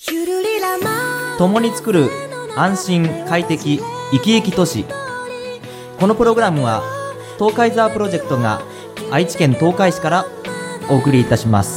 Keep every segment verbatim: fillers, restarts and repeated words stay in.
共に作る安心快適生き生き都市。このプログラムは東海ザープロジェクトが愛知県東海市からお送りいたします。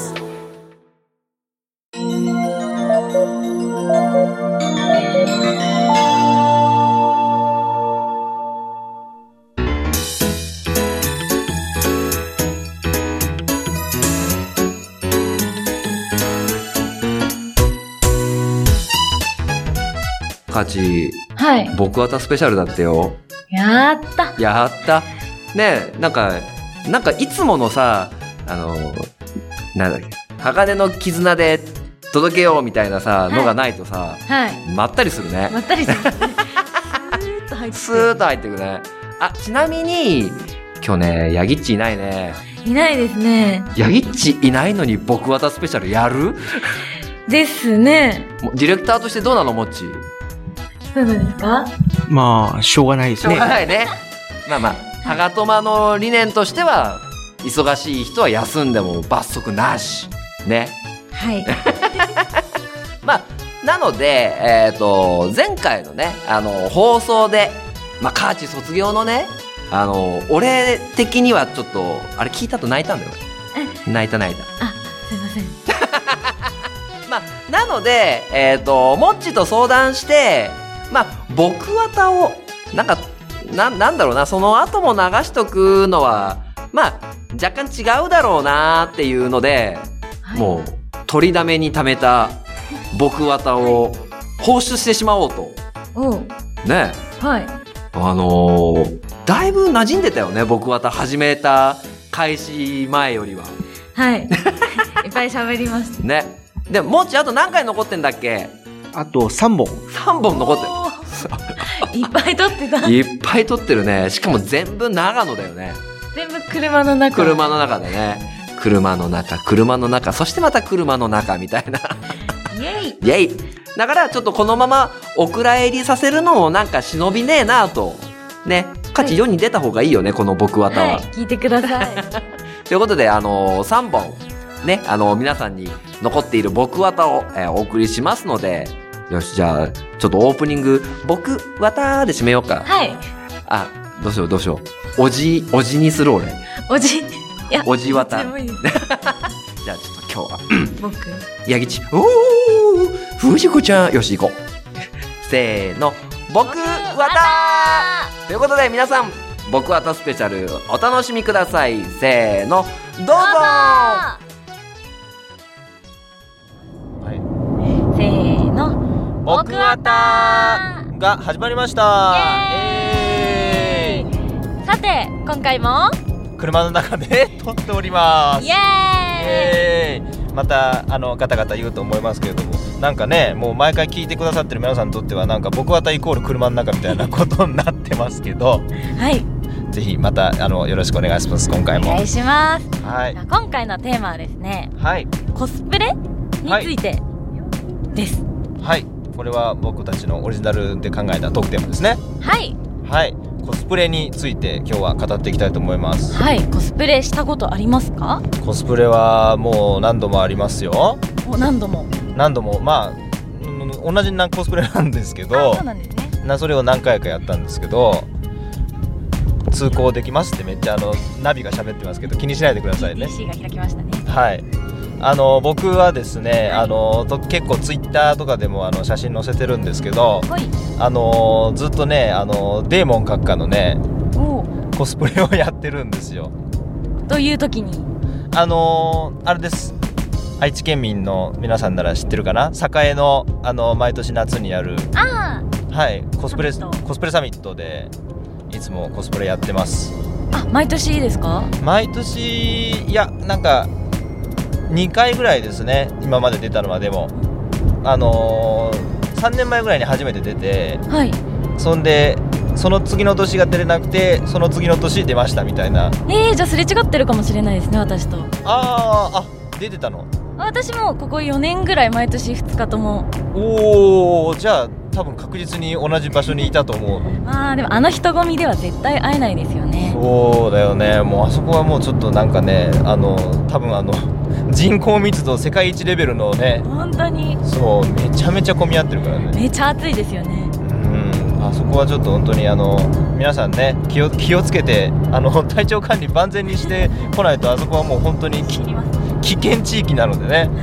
カチ、 はい。 僕わたスペシャルだってよ。 やったやったねえ、なんかなんかいつものさ、あのなんだっけ、鋼の絆で届けようみたいなさ、はい、のがないとさ、はい、まったりするね。 まったりするね。スーッと入ってスーッと入ってくね。あ、ちなみに今日ね、ヤギッチいないね。 いないですね。 ヤギッチいないのに僕わたスペシャルやるですね。 ディレクターとしてどうなの、もっち。 どうですか？ まあしょうがないですね。 しょうがないね。まあまあ、はがとまの理念としては、忙しい人は休んでも罰則なしね。 はい。 まあなので、えっと前回のね、あの放送で、まあカーチ卒業のね、あの俺的にはちょっとあれ聞いたと泣いたんだよ。泣いた泣いた。 あ、すいません。 まあなので、えっともっちと相談して。まあ、僕わたをなんか な, なんだろうな、その後も流しとくのはまあ若干違うだろうなっていうので、はい、もう取りだめに貯めた僕わたを放出してしまおうと。 おうねえ、はい、 あのー、だいぶ馴染んでたよね、僕わた始めた開始前よりは。 はいいっぱい喋りましたね。でもっちあと何回残ってんだっけ？ あとさんぼん。 さんぼん残ってる。 いっぱい撮ってた。 いっぱい撮ってるね。しかも全部長野だよね。 全部車の中。 車の中でね。車の中、車の中、そしてまた車の中みたいな。 イェイ。 イェイ。だからちょっとこのままお蔵入りさせるのもなんか忍びねえなと。ね。価値世に出た方がいいよね、この僕わたは。 はい、聞いてください。 ということで、あのー、さんぼん、ね、あのー、皆さんに残っている僕わたを、えー、お送りしますので、よし、じゃあちょっとオープニング僕わたで締めようか。 はい。 あ、どうしようどうしよう。おじおじにする俺。 おじいやおじわた。じゃあちょっと今日は僕ヤギチ、おー藤子ちゃん、よし行こう。せーの、僕わたということで皆さん、僕わたスペシャルお楽しみください。せーの、どうぞ。 せーの、 僕わたが始まりました。 イエーイ。さて今回も車の中で撮っております。 イエーイ。イエーイ。またあのガタガタ言うと思いますけれども、なんかね、もう毎回聞いてくださってる皆さんにとってはなんか僕わたイコール車の中みたいなことになってますけど、 はい、 ぜひまたあのよろしくお願いします。今回もお願いします。 はい、 今回のテーマはですね、 はい、 コスプレについて、はい、です。 はい、これは僕たちのオリジナルで考えたトークテーマですね。 はいはい、コスプレについて今日は語っていきたいと思います。 はい、コスプレしたことありますか？ コスプレはもう何度もありますよ。 お、何度も何度も、まあ同じなコスプレなんですけど、 そうなんですね。 なそれを何回かやったんですけど、通行できますってめっちゃあのナビが喋ってますけど気にしないでくださいね。 ピーシー が開きましたね。 はい、あの僕はですね、あのと結構ツイッターとかでもあの写真載せてるんですけど、あのずっとね、あのデーモン閣下のねコスプレをやってるんですよ。 という時にあのあれです、愛知県民の皆さんなら知ってるかな、栄のあの毎年夏にやる、 あ、 はい、コスプレコスプレサミットでいつもコスプレやってます。 あ、毎年ですか？毎年、いやなんかにかいぐらいですね、今まで出たのは。でもあのー、さんねんまえぐらいに初めて出て、 はい、 そんでその次の年が出れなくて、その次の年出ましたみたいな。 えー、じゃあすれ違ってるかもしれないですね、私と。 あー、あ、出てたの？ 私もここよねんぐらい毎年ふつかとも。 おー、じゃあ多分確実に同じ場所にいたと思う。 あー、でもあの人混みでは絶対会えないですよね。 そうだよね、もうあそこはもうちょっとなんかね、あの多分あの人口密度世界一レベルのね、 本当にそうめちゃめちゃ混み合ってるからね。 めちゃ暑いですよね。 うん、あそこはちょっと本当にあの皆さんね気を気をつけてあの体調管理万全にしてこないと、あそこはもう本当にき危険地域なのでね、はい、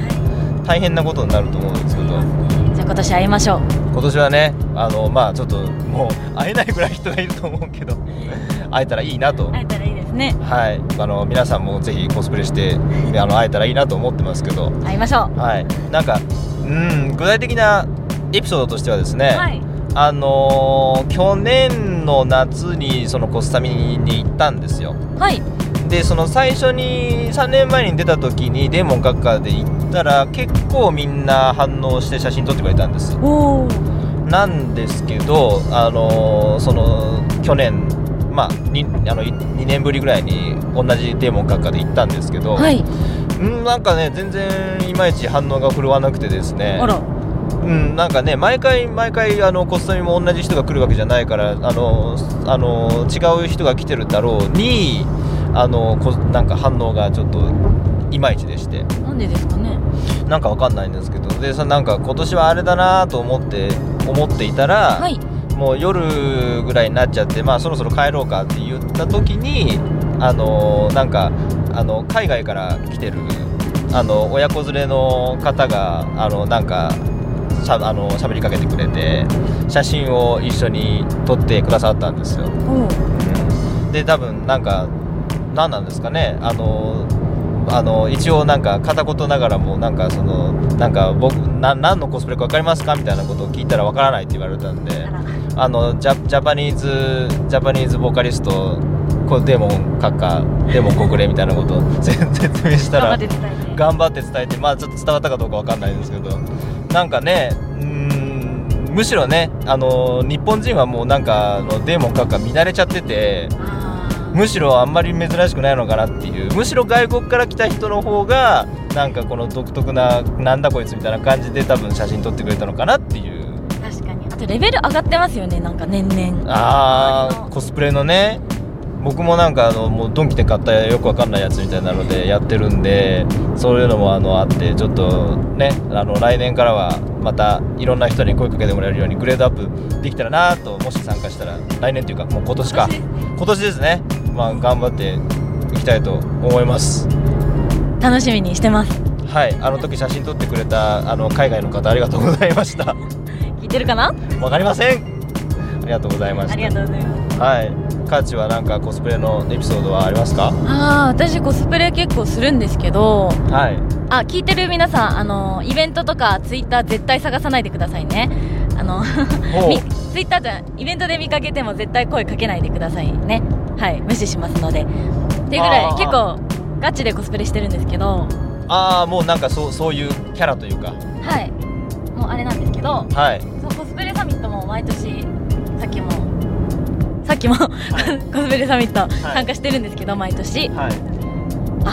大変なことになると思うんですけど。 じゃあ今年会いましょう。 今年はね、あのまあちょっともう会えないぐらい人がいると思うけど会えたらいいなと。 会えたらいいですね。 はい、あの皆さんもぜひコスプレしてあの会えたらいいなと思ってますけど。 会いましょう。 はい、なんかうん具体的なエピソードとしてはですね、 はい、 あのー、去年の夏にそのコスタミに行ったんですよ。 はい。 でその最初にさんねんまえに出た時にデーモン閣下で行ったら結構みんな反応して写真撮ってくれたんです。 おなんですけど、あのー、その去年まあ に, あのにねんぶりぐらいに同じデーモン閣下で行ったんですけど、 はい、 んなんかね全然いまいち反応が振るわなくてですね。 あら、 うん、なんかね毎回毎回あのコスタミも同じ人が来るわけじゃないから、あのあの違う人が来てるだろうに、あのこなんか反応がちょっといまいちでして。 なんでですかね。 なんかわかんないんですけど、でさなんか今年はあれだなと思って思っていたら、 はい、 もう夜ぐらいになっちゃって、まあそろそろ帰ろうかって言った時に、あのなんかあの海外から来てるあの親子連れの方があのなんかしゃあの喋りかけてくれて、写真を一緒に撮ってくださったんですよ。うん、で多分なんか何なんですかね、あのあの一応なんか片言ながらもなんかそのなんか僕な何のコスプレか分かりますかみたいなことを聞いたら分からないって言われたんで、あのジャ、ジャパニーズジャパニーズボーカリストこれデーモン閣下デーモン小暮みたいなことを説明したら頑張って伝えて、まあちょっと伝わったかどうか分かんないんですけど、なんかねうーんむしろねあの日本人はもうなんかあのデーモン閣下見慣れちゃってて、むしろあんまり珍しくないのかなっていう、むしろ外国から来た人の方がなんかこの独特ななんだこいつみたいな感じで多分写真撮ってくれたのかなっていう。 確かに、あとレベル上がってますよね、なんか年々。 あーコスプレのね、僕もなんかあのもうドンキで買ったよくわかんないやつみたいなのでやってるんで、そういうのもあのあってちょっとね、あの来年からはまたいろんな人に声かけてもらえるようにグレードアップできたらなと、もし参加したら来年というかもう今年か今年ですね、まあ頑張っていきたいと思います。 楽しみにしてます。 はい、あの時写真撮ってくれたあの海外の方ありがとうございました。 聞いてるかな？ わかりません。ありがとうございました。 ありがとうございます。 はい、カーチはなんかコスプレのエピソードはありますか？ ああ、私コスプレ結構するんですけど、 はい。 あ、聞いてる皆さん、あのイベントとかツイッター絶対探さないでくださいね。あのツイッターじゃイベントで見かけても絶対声かけないでくださいね。はい、無視しますので。っていうぐらい結構ガチでコスプレしてるんですけど。 ああ、もうなんかそうそういうキャラというか。 はい。もうあれなんですけど。 はい。 そうコスプレサミットも毎年さっきもさっきも、はい、コスプレサミット参加してるんですけど、はい、毎年、はい、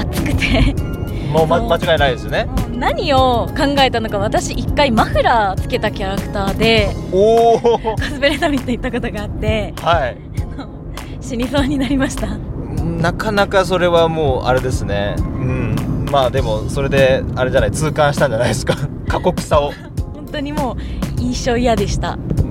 暑くてもう、ま、間違いないですよね。 もう何を考えたのか、私一回マフラーつけたキャラクターでおコスプレサミット行ったことがあって、 はい、 死にそうになりました。 なかなかそれはもうあれですね。うん、まあでもそれであれじゃない痛感したんじゃないですか過酷さを。 本当にもう印象嫌でした。 うん、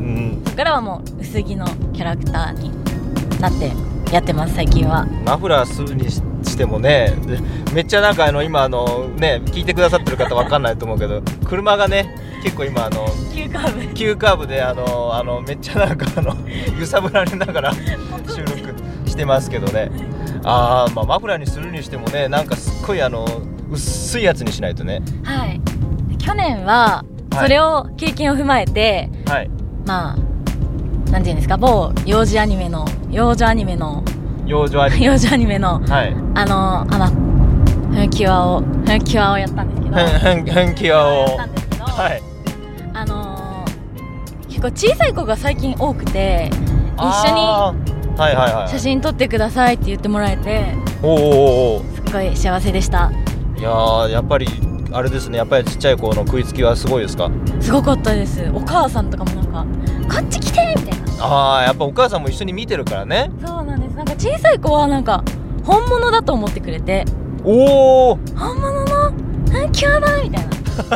そこからはもう薄着のキャラクターになってやってます最近は。 マフラーするにしてもね、めっちゃなんかあの今あのね聞いてくださってる方わかんないと思うけど車がね結構今あの急カーブ急カーブであのあのめっちゃなんかあの揺さぶられながら収録してますけどね。あー、まあマフラーにするにしてもね、なんかすっごいあの薄いやつにしないとね。 はい。去年はそれを経験を踏まえて、はい、まあなんていうんですか、某幼児アニメの幼女アニメの幼女アニメ幼女アニメの、はい、あのあのふんきわをふんきわをやったんですけどふんきわをやったんですけど、 はい、 あのー、結構小さい子が最近多くて一緒にはいはいはい、写真撮ってくださいって言ってもらえて、 おーおーおーすっごい幸せでした。 いやーやっぱりあれですね、やっぱりちっちゃい子の食いつきはすごいですか？ すごかったです。お母さんとかもなんかこっち来てみたいな。 あーやっぱお母さんも一緒に見てるからね。 そうなんです。なんか小さい子はなんか本物だと思ってくれて、 おお本物のあキュアだみたいな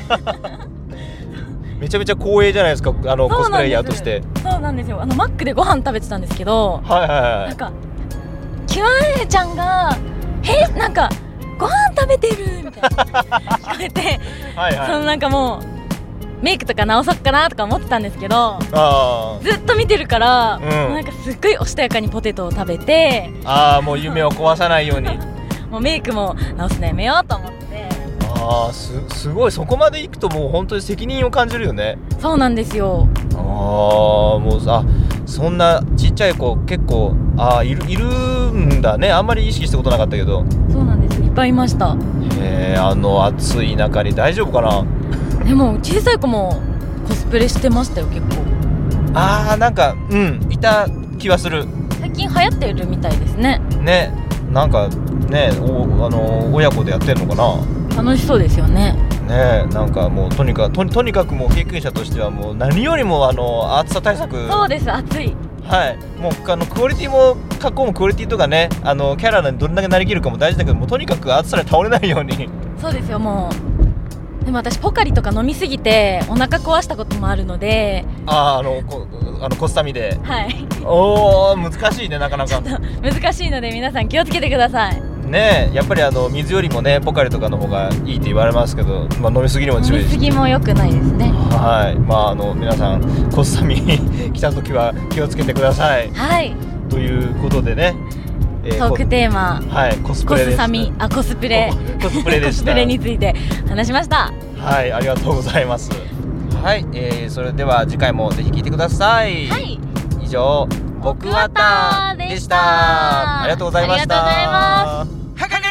めちゃめちゃ光栄じゃないですか、あのコスプレイヤーとして。 そうなんですよ。あのマックでご飯食べてたんですけど、 はいはいはい、 なんかキュア姉ちゃんがえなんかご飯食べてるみたいな聞こえてはい、はい、そのなんかもうメイクとか直そうかなとか思ってたんですけど、あずっと見てるから、うん、なんかすっごいおしとやかにポテトを食べて、 ああもう夢を壊さないようにもうメイクも直すのやめようと思って。 あー す, すごいそこまでいくともう本当に責任を感じるよね。 そうなんですよ。 ああもうあそんなちっちゃい子結構あいるいるんだね。あんまり意識したことなかったけど。 そうなんです、いっぱいいました。 へえ、あの暑い中に大丈夫かな。 でも小さい子もコスプレしてましたよ結構。 ああなんかうんいた気はする。 最近流行ってるみたいですね。 ね、なんかねおあの親子でやってんのかな。 楽しそうですよね。 ねえ、なんかもうとにかく と, とにかくもう経験者としてはもう何よりもあの暑さ対策。 そうです、暑い。 はい、もうあのクオリティも格好もクオリティとかね、あのキャラにどれだけなりきるかも大事だけど、もうとにかく暑さで倒れないように。 そうですよ。もうでも私ポカリとか飲みすぎてお腹壊したこともあるので。 あああのこあのコスタミで。 はい。 おー難しいね、なかなか。 ちょっと難しいので皆さん気をつけてください。 ねえ、やっぱりあの水よりもねポカリとかの方がいいって言われますけど、まあ、飲みすぎにも注意飲みすぎも良くないですね。 はい、まああの皆さんコスタミ来た時は気をつけてください。 はいということでね、 えー、トークテーマはいコスプレでした。コスサミあコスプレコスプレでした。 コスプレについて話しました。 はい、ありがとうございます。はい、えー、それでは次回もぜひ聞いてください。 はい、 以上僕わたでした。ありがとうございました。 ありがとうございます。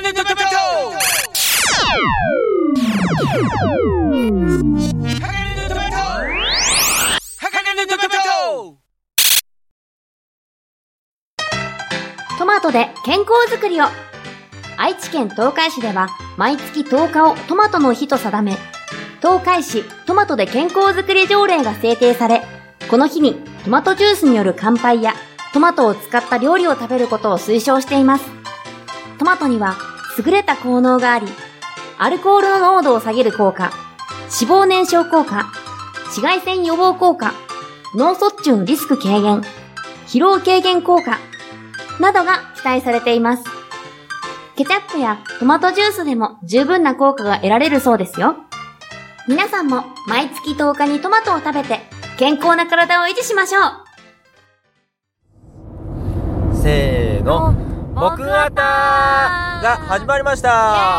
トマトで健康づくりを。愛知県東海市では毎月とおかをトマトの日と定め、東海市トマトで健康づくり条例が制定され、この日にトマトジュースによる乾杯やトマトを使った料理を食べることを推奨しています。トマトには優れた効能があり、アルコールの濃度を下げる効果、脂肪燃焼効果、紫外線予防効果、脳卒中のリスク軽減、疲労軽減効果などが期待されています。ケチャップやトマトジュースでも十分な効果が得られるそうですよ。皆さんも毎月とおかにトマトを食べて健康な体を維持しましょう。せーの、僕わたが始まりました。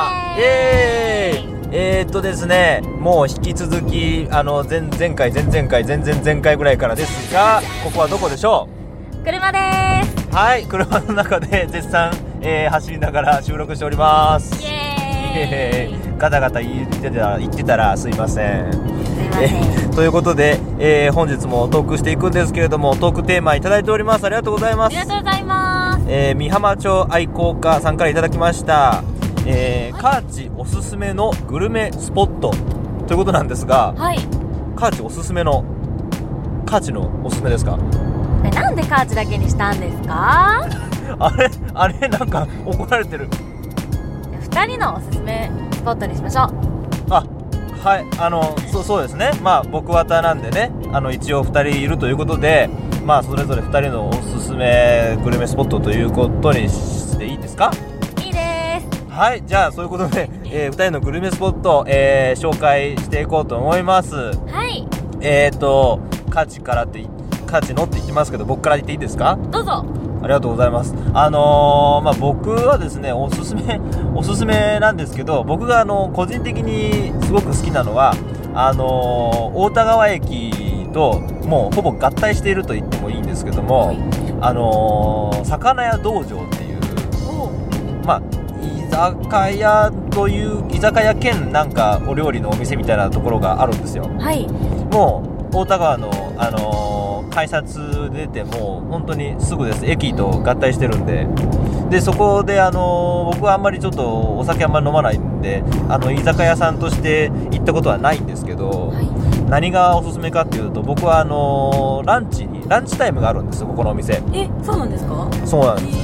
イエーイ。えー、っとですね、もう引き続きあの 前, 前回前々回前々前回ぐらいからですが、ここはどこでしょう。車でーす。 はい、車の中で絶賛、えー、走りながら収録しております。 イエーイ。 ガタガタ言ってた言ってたらすいません。 すいません。 えー、ということで、えー、本日もトークしていくんですけれども、トークテーマいただいております。ありがとうございます。 ありがとうございます。 えー、美浜町愛好家さんからいただきました。えー、カーチおすすめのグルメスポットということなんですが、 はい、 カーチおすすめのカーチのおすすめですか？ え、なんでカーチだけにしたんですか？ あれあれなんか怒られてる。 ふたりのおすすめスポットにしましょう。 あ、はい、あのそうそうですね。まあ僕わたなんでね、あの一応ふたりいるということで、まあそれぞれふたりのおすすめグルメスポットということにしていいですか？ いいです。 はい、じゃあそういうことで、えー、ふたりのグルメスポット、えー、紹介していこうと思います。 はい。 えーとカーチからってカーチのって言ってますけど、僕から言っていいですか？ どうぞ。 ありがとうございます。あのー、まあ僕はですね、おすすめおすすめなんですけど、僕があの個人的にすごく好きなのは、あのー、大田川駅ともうほぼ合体していると言ってもいいんですけども、はい、あのー、魚屋道場っていう、まあ居酒屋という居酒屋兼なんかお料理のお店みたいなところがあるんですよ。 はい。 もう大田川のあのー、改札出てもう本当にすぐです。駅と合体してるんで、でそこであのー、僕はあんまりちょっとお酒あんまり飲まないんで、あの居酒屋さんとして行ったことはないんですけど、はい、何がおすすめかっていうと、僕はあのー、ランチにランチタイムがあるんですよ、ここのお店。 え、そうなんですか？ そうなんです。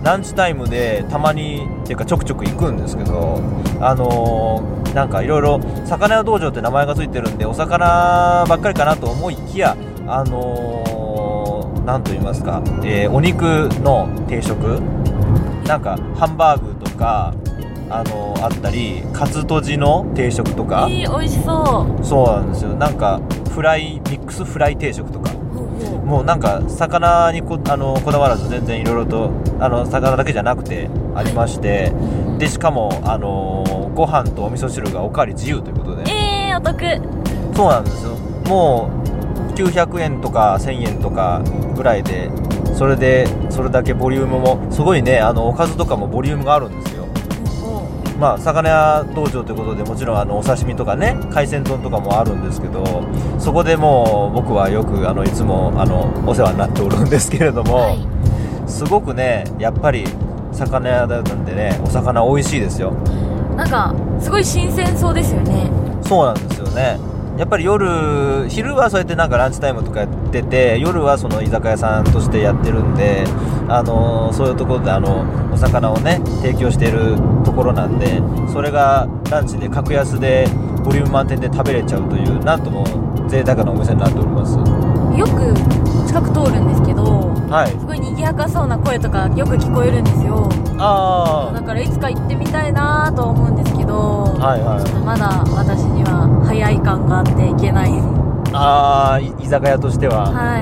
ランチタイムでたまにっていうかちょくちょく行くんですけど、あのー、なんかいろいろ魚屋道場って名前がついてるんでお魚ばっかりかなと思いきや、あのー、なんと言いますか、えー、お肉の定食、なんかハンバーグとかあのー、あったりカツとじの定食とか、 えー、美味しそう。 そうなんですよ。なんかフライミックスフライ定食とか、もうなんか魚に こ, あのこだわらず全然いろいろとあの魚だけじゃなくてありまして、はい、でしかもあのご飯とお味噌汁がおかわり自由ということで、 えー、お得。 そうなんですよ。もうきゅうひゃくえんとかせんえんとかぐらいで、それでそれだけボリュームもすごいね、あのおかずとかもボリュームがあるんですよ。まあ、魚屋道場ということでもちろんあのお刺身とかね海鮮丼とかもあるんですけど、そこでもう僕はよくあのいつもあのお世話になっておるんですけれども、はい、すごくねやっぱり魚屋なんでねお魚美味しいですよ。 なんかすごい新鮮そうですよね。 そうなんですよね。やっぱり夜昼はそうやってなんかランチタイムとかやってて、夜はその居酒屋さんとしてやってるんで、あのー、そういうところであのお魚をね提供しているところなんで、それがランチで格安でボリューム満点で食べれちゃうという、なんとも贅沢なお店になっております。 よく近く通るんですけど、 はい、 すごい賑やかそうな声とかよく聞こえるんですよ。 あだからいつか行ってみたいなと思うんですけど、 はいはい、 ちょっとまだ私には早い感があっていけない。 あー、居酒屋としては、 はい、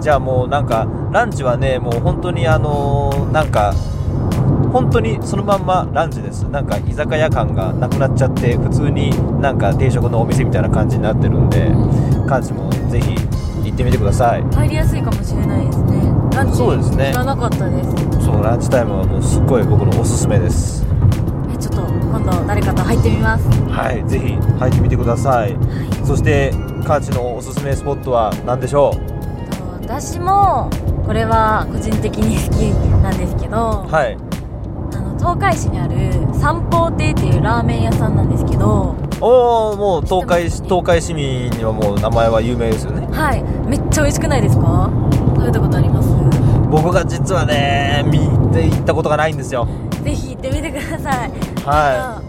じゃあもうなんかランチはねもう本当にあのー、なんか本当にそのまんまランチです。なんか居酒屋感がなくなっちゃって普通になんか定食のお店みたいな感じになってるんで、カチもぜひ行ってみてください。 入りやすいかもしれないですね。ランチそうですね、 知らなかったです。 そうランチタイムはもうすっごい僕のおすすめです。 えちょっと今度誰かと入ってみます。 はい、ぜひ入ってみてください、はい、そしてカーチのおすすめスポットは何でしょう？ 私もこれは個人的に好きなんですけど、 はい、 あの東海市にある三宝亭っていうラーメン屋さんなんですけど、 おー、もう東海、東海市民にはもう名前は有名ですよね。 はい、めっちゃ美味しくないですか？食べたことあります？ 僕が実はね見て行ったことがないんですよ。 ぜひ行ってみてください。 はい、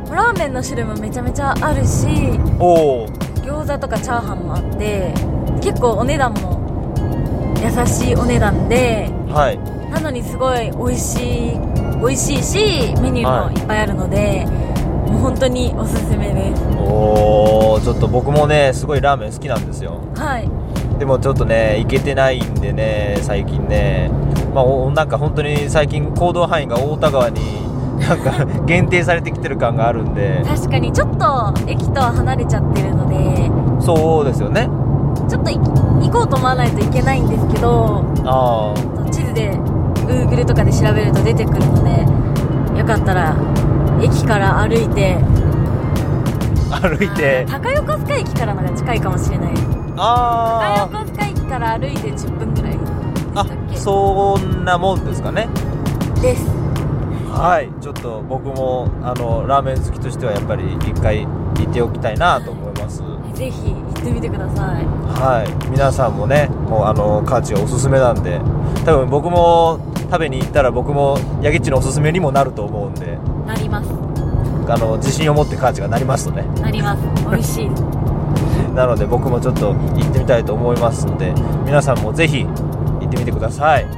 ラーメンの種類もめちゃめちゃあるし、 お餃子とかチャーハンもあって、結構お値段も優しいお値段で、 はい、 なのにすごい美味しい美味しいしメニューもいっぱいあるので、はい、もう本当におすすめです。 おー、ちょっと僕もねすごいラーメン好きなんですよ。 はい、 でもちょっとね行けてないんでね最近ね、まあ、なんか本当に最近行動範囲が太田川になんか限定されてきてる感があるんで、 確かにちょっと駅とは離れちゃってるので、 そうですよね、 ちょっと行こうと思わないといけないんですけど、 あ地図で Google とかで調べると出てくるので、よかったら駅から歩いて歩いて高横須賀駅からのが近いかもしれないです。 あ高横須賀駅から歩いてじゅっぷんぐらいでしたっけ？ あ、そんなもんですかね。 です。 はい、ちょっと僕もあのラーメン好きとしてはやっぱり一回行っておきたいなと思います。 ぜひ行ってみてください。 はい、皆さんもねもうあのカーチがおすすめなんで、多分僕も食べに行ったら僕もヤギッチのおすすめにもなると思うんで、 なります。 あの自信を持ってカーチがなりますとね、 なります。美味しいなので僕もちょっと行ってみたいと思いますので、皆さんもぜひ行ってみてください。はい、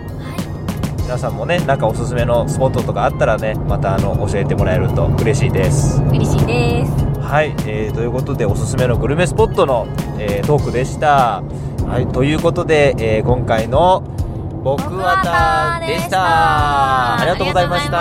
皆さんもねなんかおすすめのスポットとかあったらねまたあの教えてもらえると嬉しいです。 嬉しいです。 はい、えー、ということでおすすめのグルメスポットの、えー、トークでした。はい、ということで、えー、今回の僕わたでした。ありがとうございました。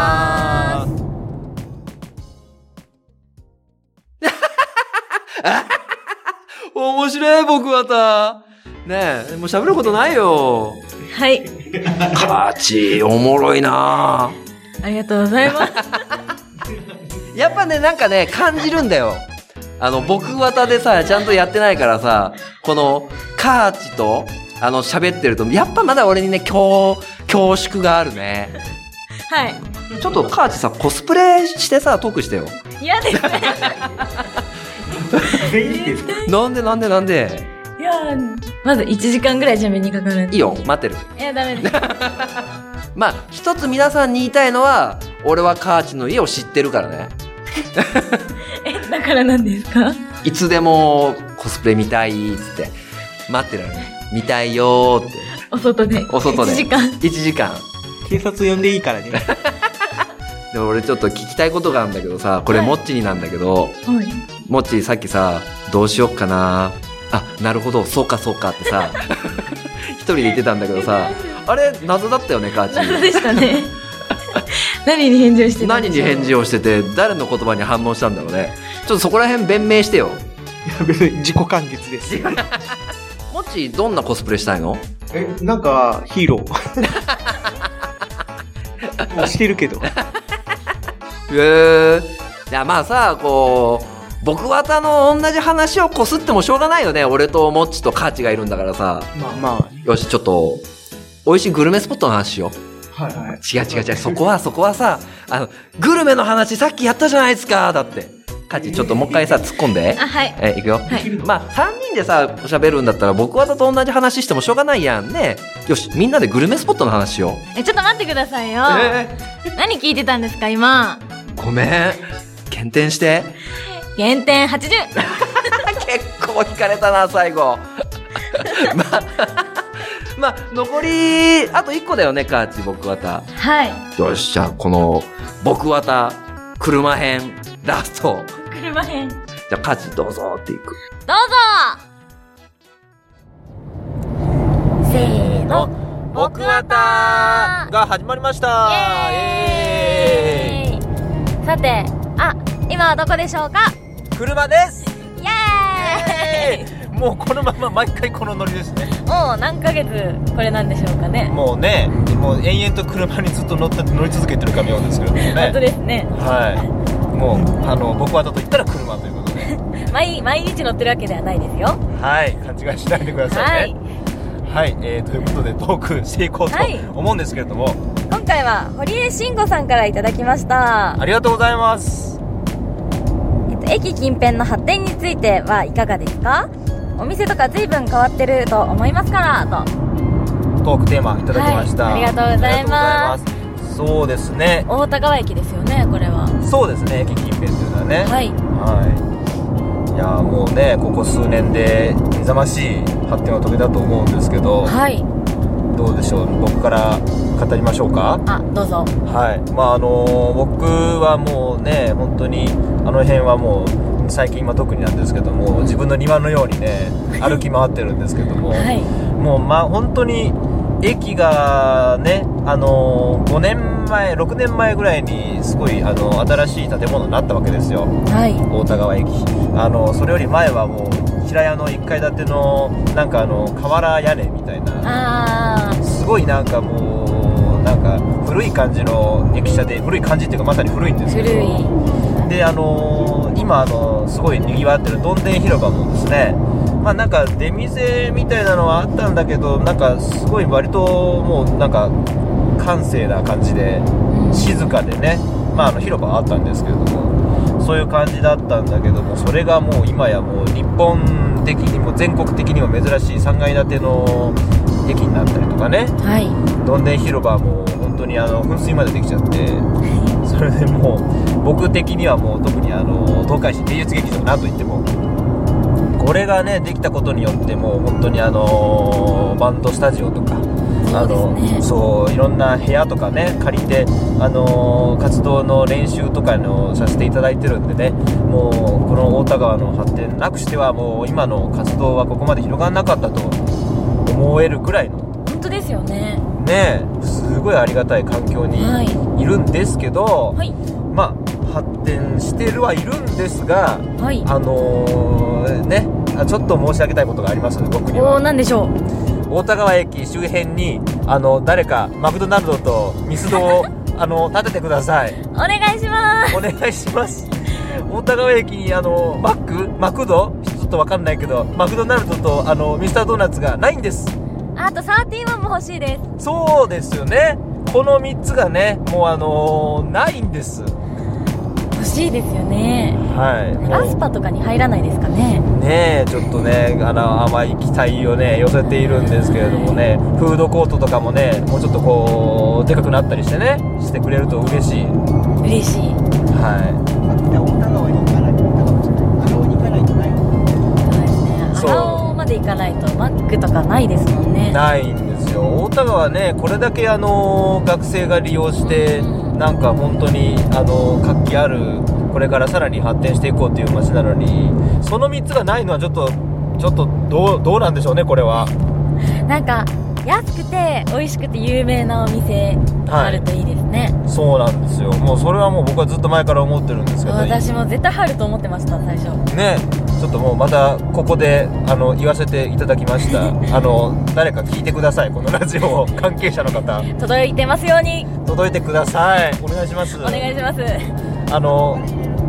面白い僕わた。ねえ、もう喋ることないよ。 はい。 カーチおもろいな。 ありがとうございます。 やっぱね、なんかね、感じるんだよ。あの、僕わたでさ、ちゃんとやってないからさ、この、カーチと、あの、喋ってると、やっぱまだ俺にね、恐、恐縮があるね。 はい。 ちょっとカーチさ、コスプレしてさ、トークしてよ。 嫌ですね。 なんでなんでなんでいやまずいちじかんぐらい準備にかかる。 いいよ、待ってる。 いや、ダメです。 まあ一つ皆さんに言いたいのは、俺はカーチの家を知ってるからね。 え、だからなんですか？ いつでもコスプレ見たいっつって待ってられる。見たいよーって。 お外で。 お外で。 いちじかん。 いちじかん。 警察呼んでいいからね。 でも俺ちょっと聞きたいことがあるんだけどさ、これもっちになんだけど、はい、もっちさっきさ、どうしよっかな、あ、なるほど、そうかそうかってさ、一人で言ってたんだけどさ、あれ謎だったよね、カーチ。 謎でしたね。何に返事をしてた何に返事をしてて、誰の言葉に反応したんだろうね。ちょっとそこら辺弁明してよ。 いや、別に自己完結です。 もっちどんなコスプレしたいの？ え、なんかヒーロー。もうしてるけど。 へー。いやまあさ、こう僕わたの同じ話をこすってもしょうがないよね。俺ともっちとカーチがいるんだからさ。 まあまあ。 よし、ちょっと美味しいグルメスポットの話しよう。 はいはい。 違う違う違う。そこはそこはさ、あのグルメの話さっきやったじゃないですか。だって。カーチちょっともう一回さ突っ込んで。 あ、はい。 え、いくよ。はい。まあさんにんでさ喋るんだったら僕わたと同じ話してもしょうがないやんね。よし、みんなでグルメスポットの話しよう。 え、ちょっと待ってくださいよ。 えー、何聞いてたんですか今。 ごめん。減点して。 減点はちじゅう。 結構引かれたな最後。まあ、まあ残りあといっこだよね、カーチ僕わた。 はい。 よし、じゃあこの僕わた車編ラスト。 車編。じゃあカーチどうぞっていく。 どうぞ。せーの。 僕わたが始まりました。 イエーイ。さて、あ、今はどこでしょうか？ 車です。 イエーイ。 もうこのまま毎回このノリですね。 もう何ヶ月これなんでしょうかね。 もうね、もう延々と車にずっと乗って乗り続けてるかのようですけれどもね。 本当ですね。 はい。もうあの僕わたと言ったら車ということで。 毎毎日乗ってるわけではないですよ。 はい、勘違いしないでくださいね。はい、はい、えー、ということでトークしていこうと思うんですけれども、はい、 今回は堀江慎吾さんからいただきました。 ありがとうございます。 えっと、駅近辺の発展についてはいかがですか？お店とか随分変わってると思いますからとトークテーマいただきました、 はい、ありがとうございます。 そうですね、 大田川駅ですよね、これは。 そうですね、駅近辺というのはね、 はい、 はい、いやもうね、ここ数年で目覚ましい発展を遂げたと思うんですけど、 はい、 どうでしょう、僕から語りましょうか。 あ、どうぞ。 はい、まああのー、僕はもうね、本当にあの辺はもう最近今特になんですけども、自分の庭のようにね歩き回ってるんですけども、はい、もうまあ本当に駅がね、あのー、ごねんまえろくねんまえぐらいにすごいあの新しい建物になったわけですよ、はい、大田川駅。あのそれより前はもう平屋のいっかい建てのなんかあの瓦屋根みたいな、あすごいなんかもうなんか古い感じの駅舎で、古い感じっていうかまさに古いんですけど、古いで、あのー、今、あのー、すごい賑わってるどんでん広場もですね、まあなんか出店みたいなのはあったんだけど、なんかすごい割ともうなんか閑静な感じで静かでね、まああの広場はあったんですけれども、そういう感じだったんだけども、それがもう今やもう日本的にも全国的にも珍しいさんがい建ての駅になったりとかね、はい、どんでん広場も本当にあの噴水までできちゃって、それでもう僕的にはもう特にあの東海市芸術劇場なと言っても、これがねできたことによってもう本当にあのバンドスタジオとか、あのそういろんな部屋とかね借りて、あの活動の練習とかのさせていただいてるんでね、もうこの大田川の発展なくしてはもう今の活動はここまで広がらなかったと思えるくらいの、 本当ですよね。ね、 すごいありがたい環境にいるんですけど、はい、まあ発展してるはいるんですが、はい、あのー、ね、ちょっと申し上げたいことがありますので、僕には。 おー、何でしょう。 大田川駅周辺にあの誰かマクドナルドとミスドをあの建ててください。 お願いします。 お願いします。大田川駅にあのマックマクドちょっとわかんないけどマクドナルドとあのミスタードーナツがないんです。 あとサーティワンも欲しいです。 そうですよね。このみっつがね、もうあのー、ないんです。 欲しいですよね。 はい。 ラスパとかに入らないですかね。 ねねえちょっとねあの甘い期待をね寄せているんですけれどもね、フードコートとかもねもうちょっとこうでかくなったりしてねしてくれると嬉しい。 嬉しい。 はい。 大田川に行かないと荒尾に行かないとない。 そうですね。荒尾まで行かないとマックとかないですもんね。 ないんですよ。大田川ねこれだけあの学生が利用してなんか本当にあの活気あるこれからさらに発展していこうという街なのにそのみっつがないのはちょっとちょっとどうどうなんでしょうねこれは。 なんか安くて美味しくて有名なお店があるといいですね、 はい、そうなんですよ。もうそれはもう僕はずっと前から思ってるんですけど、 私も絶対入ると思ってました最初ね。ちょっともうまたここであの言わせていただきましたあの誰か聞いてくださいこのラジオ関係者の方届いてますように届いてください。お願いします。 お願いします。 あの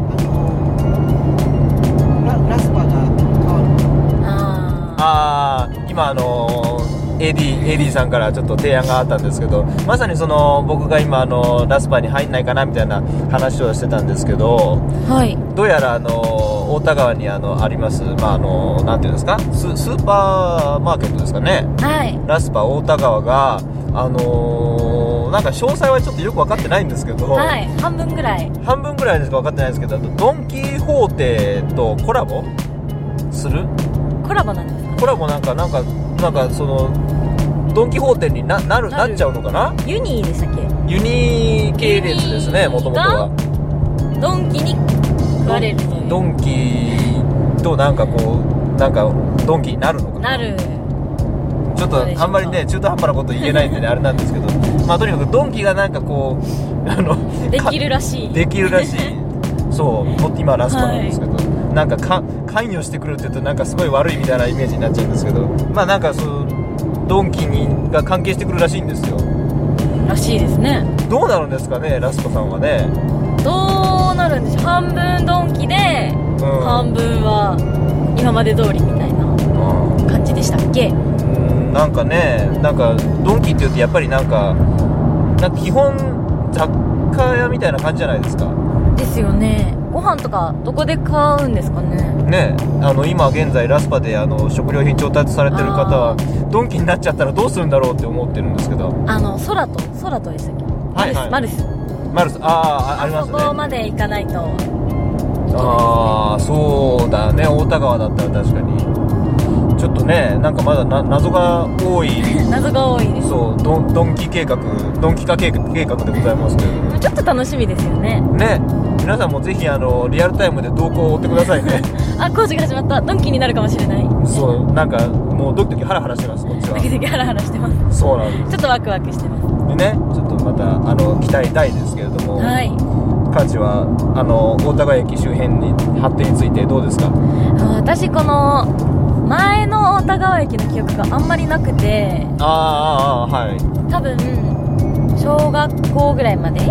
ラ, ラスパが変わる。 ああ今あの エーディー, エーディー さんからちょっと提案があったんですけど、まさにその僕が今あのラスパに入んないかなみたいな話をしてたんですけど、 はい、 どうやらあの大田川にあのあります、まあ、あのなんていうんですか ス, スーパーマーケットですかね、 はい、 ラスパ大田川があのー、なんか詳細はちょっとよく分かってないんですけど、 はい、半分ぐらい半分ぐらいですか分かってないんですけど、ドンキホーテとコラボするコラボなんですか、ね、 コラボなんかなんかなんかそのドンキホーテに な, な, るなっちゃうのかな。 ユニーでしたっけ。 ユニー系列ですねもともとは。 ドンキに食われるというドンキとなんかこうなんかドンキになるのかな。 なる。 ちょっとあんまりね中途半端なこと言えないんでねあれなんですけど、まあとにかくドンキがなんかこうあのできるらしいできるらしいそう今ラスパなんですけど、はい、なんかか関与してくるって言うとなんかすごい悪いみたいなイメージになっちゃうんですけど、まあなんかそうドンキにが関係してくるらしいんですよ。 らしいですね。 どうなるんですかねラスパさんはね。 どうなるんでしょう。半分ドンキで、うん、半分は今まで通りみたいな感じでしたっけ。 うんなんかねなんかドンキって言うとやっぱりなんかなんか基本雑貨屋みたいな感じじゃないですか。 ですよね。ご飯とかどこで買うんですかね。 ねあの今現在ラスパであの食料品調達されてる方はドンキになっちゃったらどうするんだろうって思ってるんですけど、 あの空と空とでしたっけ。 はいはい、 マルスマルスああありますね。 あそこまで行かないと。 ああそうだね大田川だったら確かにちょっとねなんかまだな謎が多い謎が多いです。 そうドン、ドンキ計画ドンキ化計画でございますけれども、 ちょっと楽しみですよね。 ね皆さんもぜひあのリアルタイムで動向を追ってくださいねあ工事が始まった。ドンキになるかもしれない。 そうなんかもうドキドキハラハラしてますこっちは。 ドキドキハラハラしてます。 そうなんです。 ちょっとワクワクしてますでねちょっとまたあの期待大ですけれども、 はい、 カーチはあの大田川駅周辺に発展についてどうですか。 私この前の大田川駅の記憶があんまりなくて、 ああはい多分小学校ぐらいまで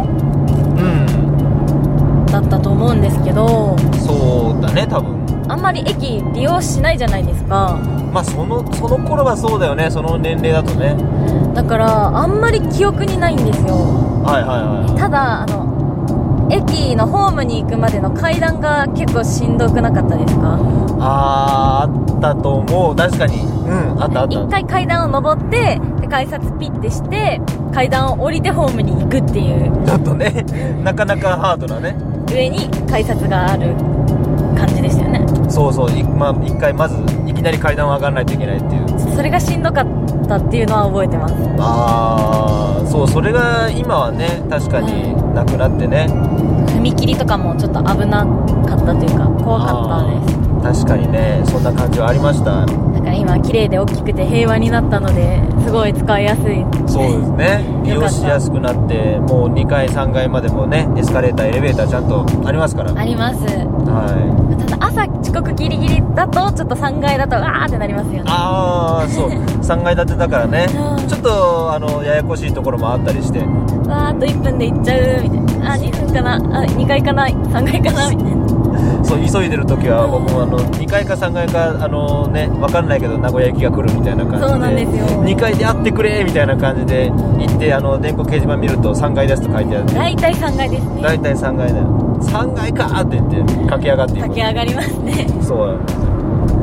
うんだったと思うんですけど、 そうだね多分あんまり駅利用しないじゃないですか。 まあそのその頃はそうだよねその年齢だとね。 だからあんまり記憶にないんですよ。 はいはいはい。 ただあの駅のホームに行くまでの階段が結構しんどくなかったですか。 あーあったと思う確かに。うんあったあった。 一回階段を上ってで改札ピッてして階段を降りてホームに行くっていうちょっとねなかなかハードなね上に改札がある感じでしたよね。 そうそうい、まあ、一回まずいきなり階段を上がらないといけないっていうそれがしんどかったっていうのは覚えてます。 ああそうそれが今はね確かになくなってね、 踏切とかもちょっと危なかったというか怖かったです。 確かにねそんな感じはありました。 だから今綺麗で大きくて平和になったのですごい使いやすい。 そうですね利用しやすくなってもうにかいさんがいまでもねエスカレーターエレベーターちゃんとありますからあります。 はいただ朝遅刻ギリギリだとちょっとさんがいだとわーってなりますよね。 ああそうさんがい建てだからねちょっとあのややこしいところもあったりしてわーっといっぷんで行っちゃうみたいな。あにふんかなあにかいかなさんがいかなみたいな。 そう急いでる時は僕もあのにかいかさんがいかあのね分かんないけど名古屋行きが来るみたいな感じでそうなんですよにかいで会ってくれみたいな感じで行ってあの電光掲示板見るとさんがいですと書いてある。 大体さんがいですね。 大体さんがいだよさんがいかーって言って駆け上がっていく。 駆け上がりますね。 そうなんですよ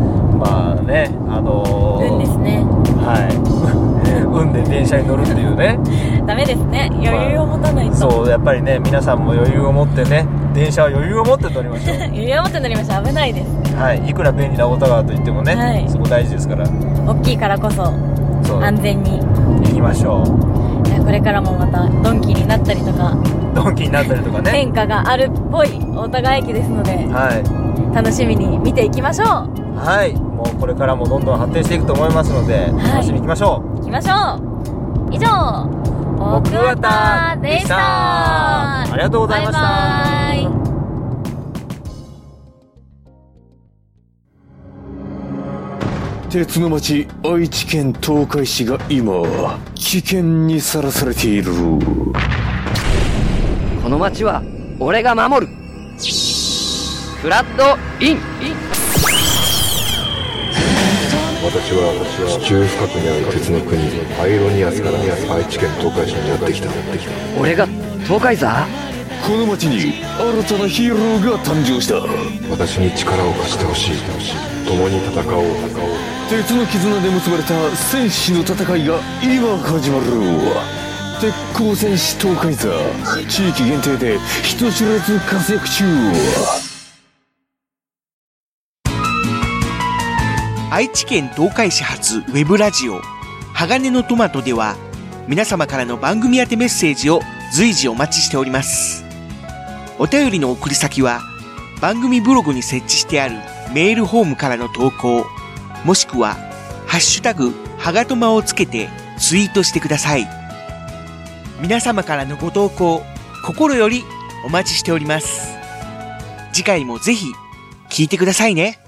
まあね、あのー、 運ですね。 はい運で電車に乗るっていうねダメですね、余裕を持たないと、まあ、 そうやっぱりね、皆さんも余裕を持ってね、電車は余裕を持って乗りましょう余裕を持って乗りましょう。危ないです。 はい、いくら便利な大田川といってもね、はい、そこ大事ですから、 大きいからこそ安全に行きましょう。 これからもまたドンキになったりとかドンキになったりとかね、 変化があるっぽい大田川駅ですので、はい、楽しみに見ていきましょう。 はい、もうこれからもどんどん発展していくと思いますので、はい、楽しみに行きましょう。 行きましょう。以上、僕わたでした。 ありがとうございました。 バイバイ。 鉄の町愛知県東海市が今危険にさらされている。 この町は俺が守る。フラッドイン。 私は地中深くにある鉄の国アイロニアスから愛知県東海市にやってきた。 俺が東海座。 この町に新たなヒーローが誕生した。 私に力を貸してほしい。共に戦おう。 鉄の絆で結ばれた戦士の戦いが今始まる。鉄鋼戦士東海座、地域限定で人知れず活躍中。 愛知県東海市発ウェブラジオ鋼のトマトでは、皆様からの番組宛てメッセージを随時お待ちしております。お便りの送り先は番組ブログに設置してあるメールフォームからの投稿、もしくはハッシュタグはがとまをつけてツイートしてください。皆様からのご投稿、心よりお待ちしております。次回もぜひ聞いてくださいね。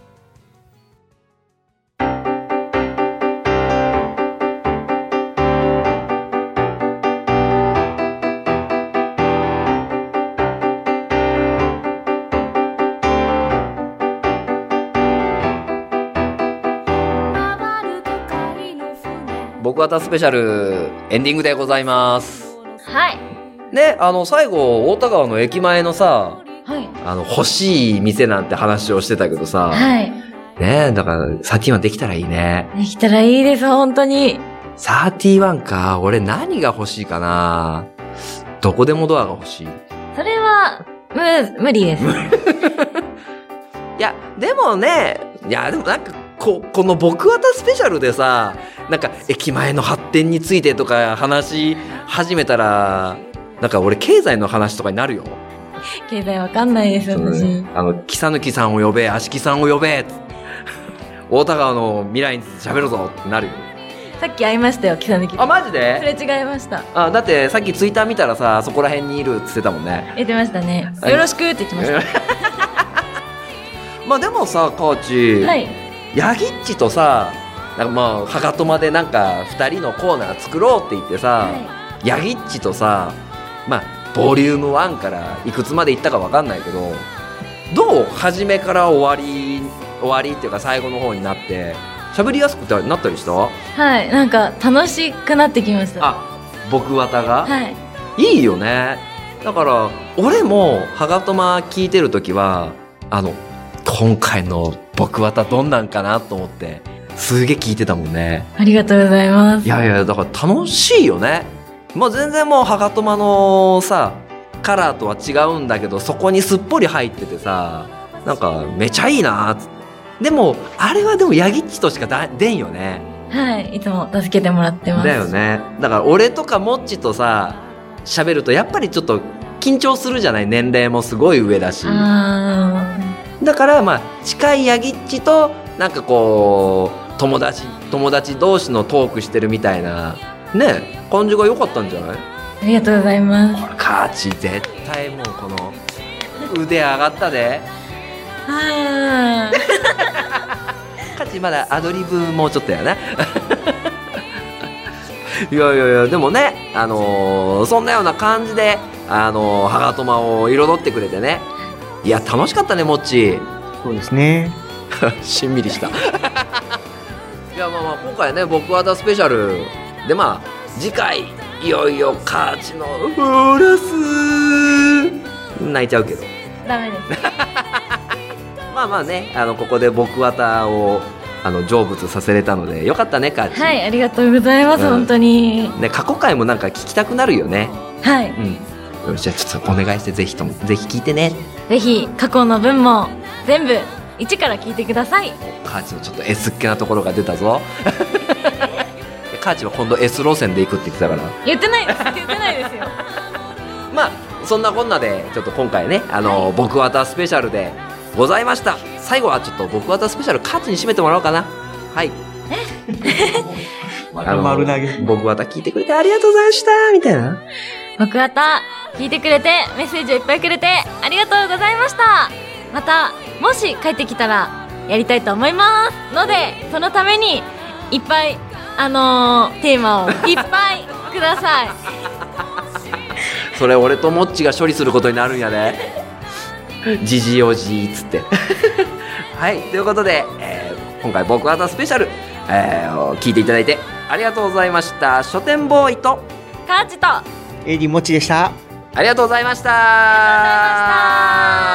僕わたスペシャルエンディングでございます。 はいね、あの最後大田川の駅前のさ、 はい、 あの欲しい店なんて話をしてたけどさ、 はい、 ね、だからサーティワンできたらいいね。 できたらいいです、本当に。 サーティワンか。俺何が欲しいかな。どこでもドアが欲しい。 それはむ無理です。 いやでもね、いやでもなんかここの僕わたスペシャルでさ、なんか駅前の発展についてとか話し始めたら、なんか俺経済の話とかになるよ。 経済わかんないです私、 ね、あの木さぬきさんを呼べ、足木さんを呼べ、大田川の未来について喋るぞってなるよ。 さっき会いましたよ、木さぬき。 あ、マジで？ それ違いました。 あ、だってさっきツイッター見たらさ、そこら辺にいるって言ってたもんね。 言ってましたね。よろしくって言ってました。 まあでもさ、カーチ、 はい、 ヤギッチとさ、なんかまあはがとまでなんかふたりのコーナー作ろうって言ってさ、はい、ヤギッチとさ、まあボリュームワンからいくつまでいったかわかんないけど、どう初めから終わり終わりっていうか最後の方になって喋りやすくなったりした？ はい、なんか楽しくなってきました。 あ、僕わたが、 はい、 いいよね。だから俺もはがとま聞いてるときは、あの今回の僕わたどんなんかなと思ってすげえ聞いてたもんね。 ありがとうございます。 いやいや、だから楽しいよね。もう全然もうはがとまのさカラーとは違うんだけど、そこにすっぽり入っててさ、なんかめちゃいいなー。でもあれはでもヤギッチとしかだ出んよね。 はい、いつも助けてもらってます。 だよね。だから俺とかモッチとさ喋るとやっぱりちょっと緊張するじゃない。年齢もすごい上だし。 あだからまあ近いヤギッチとなんかこう友達友達同士のトークしてるみたいなね感じが良かったんじゃない？ ありがとうございます。 カーチ絶対もうこの腕上がったで。 はカーチまだアドリブもうちょっとやね。いやいやいや、でもね、あのー、そんなような感じであのー、はがとまを彩ってくれてね。いや楽しかったね、もっち。 そうですね。 しんみりした。いやまあまあ今回ね僕わたスペシャルで、まあ次回いよいよカーチのフラス泣いちゃうけどダメです。 まあまあね、あのここで僕わたをあの成仏させれたのでよかったねカーチ。 はい、ありがとうございます、うん、本当にね。過去回もなんか聞きたくなるよね。 はい、 うん、よしじゃあちょっとお願いしてぜひともぜひ聞いてね。 ぜひ過去の分も全部一から聞いてください。 カーチのちょっと S っ気なところが出たぞカーチは今度 S 路線で行くって言ってたから。 言ってないです言ってないですよまあそんなこんなでちょっと今回ねあの、はい、僕わたスペシャルでございました。最後はちょっと僕わたスペシャルカーチに締めてもらおうかな。はいまた丸投げ。 僕わた聞いてくれてありがとうございましたみたいな。 僕わた聞いてくれてメッセージをいっぱいくれてありがとうございました。またもし帰ってきたらやりたいと思いますので、そのためにいっぱいあのー、テーマをいっぱいくださいそれ俺ともっちが処理することになるんやねじじおじっつってはいということで、えー、今回僕わたスペシャル、えー、聞いていただいてありがとうございました。書店ボーイとカーチとエイリーもっちでした。 ありがとうございました。